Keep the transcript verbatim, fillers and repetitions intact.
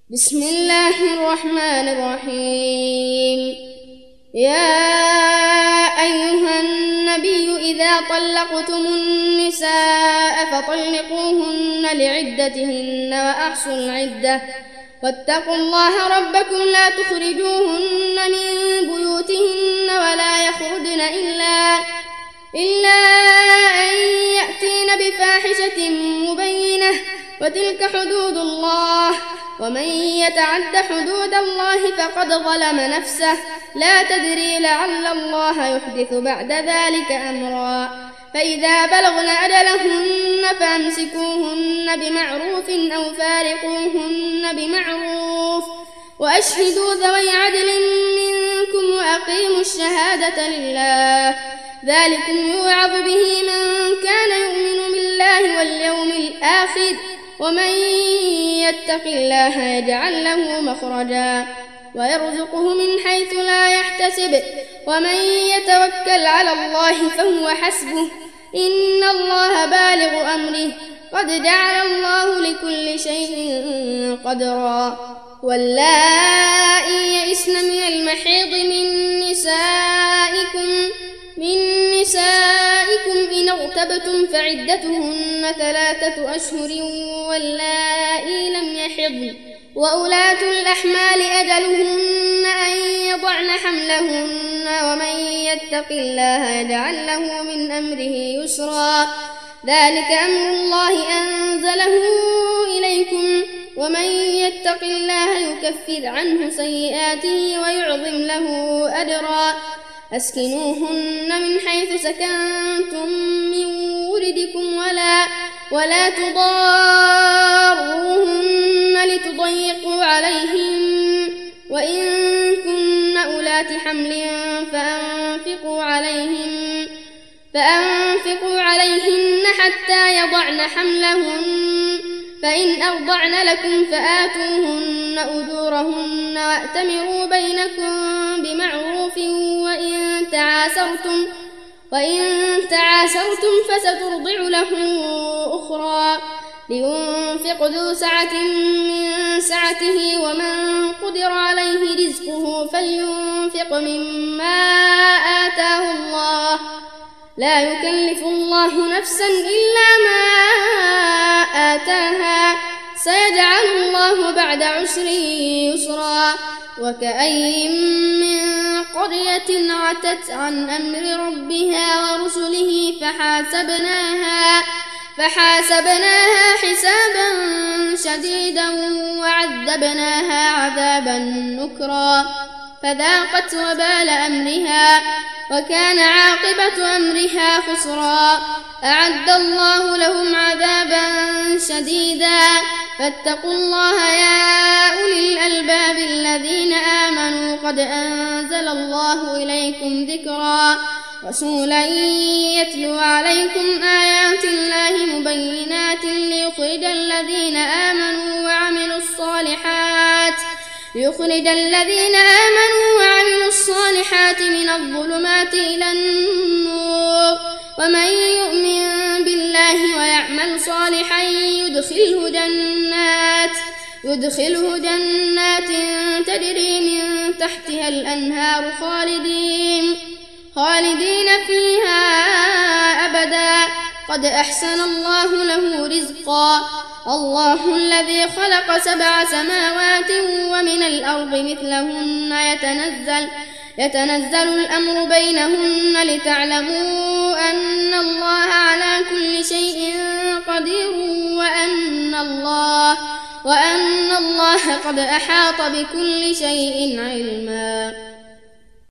بسم الله الرحمن الرحيم. يا أيها النبي إذا طلقتم النساء فطلقوهن لعدتهن وأحصوا العدة واتقوا الله ربكم لا تخرجوهن من بيوتهن ولا يخرجن إلا إلا أن يأتين بفاحشة مبينة وتلك حدود الله ومن يتعد حدود الله فقد ظلم نفسه لا تدري لعل الله يحدث بعد ذلك أمرا. فإذا بلغن أجلهن فامسكوهن بمعروف أو فارقوهن بمعروف وأشهدوا ذوي عدل منكم وأقيموا الشهادة لله ذلكم يوعظ به من كان يؤمن بالله واليوم الآخر ومن يتق الله يجعل له مخرجا ويرزقه من حيث لا يحتسب ومن يتوكل على الله فهو حسبه إن الله بالغ أمره قد جعل الله لكل شيء قدرا. واللائي يئسن من المحيض من نسائكم من نسائكم إن ارتبتم فعدتهن ثلاثة أشهر واللائي لم يحضن وأولاة الأحمال أجلهن أن يضعن حملهن ومن يتق الله يجعل له من أمره يسرا. ذلك أمر الله أنزله إليكم ومن يتق الله يكفر عنه سيئاته ويعظم له أجرا. أسكنوهن من حيث سكنتم من وردكم ولا ولا تضاروهن لتضيقوا عليهن وإن كن أولات حمل فأنفقوا عليهن فأنفقوا عليهن حتى يضعن حملهن فإن أرضعن لكم فآتوهن أجورهن وأتمروا بينكم بمعروف وإن تعاسرتم وإن تعاسرتم فسترضع له أخرى لينفق ذو سعة من سعته ومن قدر عليه رزقه فلينفق مما آتاه الله لا يكلف الله نفسا إلا ما آتاها سيجعل الله بعد عسر يسرا. وكأين من قرية عتت عن أمر ربها ورسله فحاسبناها فحاسبناها حسابا شديدا وعذبناها عذابا نكرا فذاقت وبال أمرها وكان عاقبة أمرها خسرا. أعد الله لهم عذابا شديدا فاتقوا الله يا أولي الألباب الذين آمنوا قد أنزل الله إليكم ذكرا رسولا يتلو عليكم آيات الله مبينات ليخرج الذين آمنوا وعملوا الصالحات ليخرج الذين آمنوا وعملوا الصالحات من الظلمات إلى النور ومن يؤمن بالله ويعمل صالحا يدخله جنات يدخله جنات تجري من تحتها الأنهار خالدين خالدين فيها أبدا قد أحسن الله له رزقا. الله الذي خلق سبع سماوات ومن الأرض مثلهن يتنزل يتنزل الأمر بينهن لتعلموا أن الله على كل شيء قدير وأن الله وأن الله قد أحاط بكل شيء علما.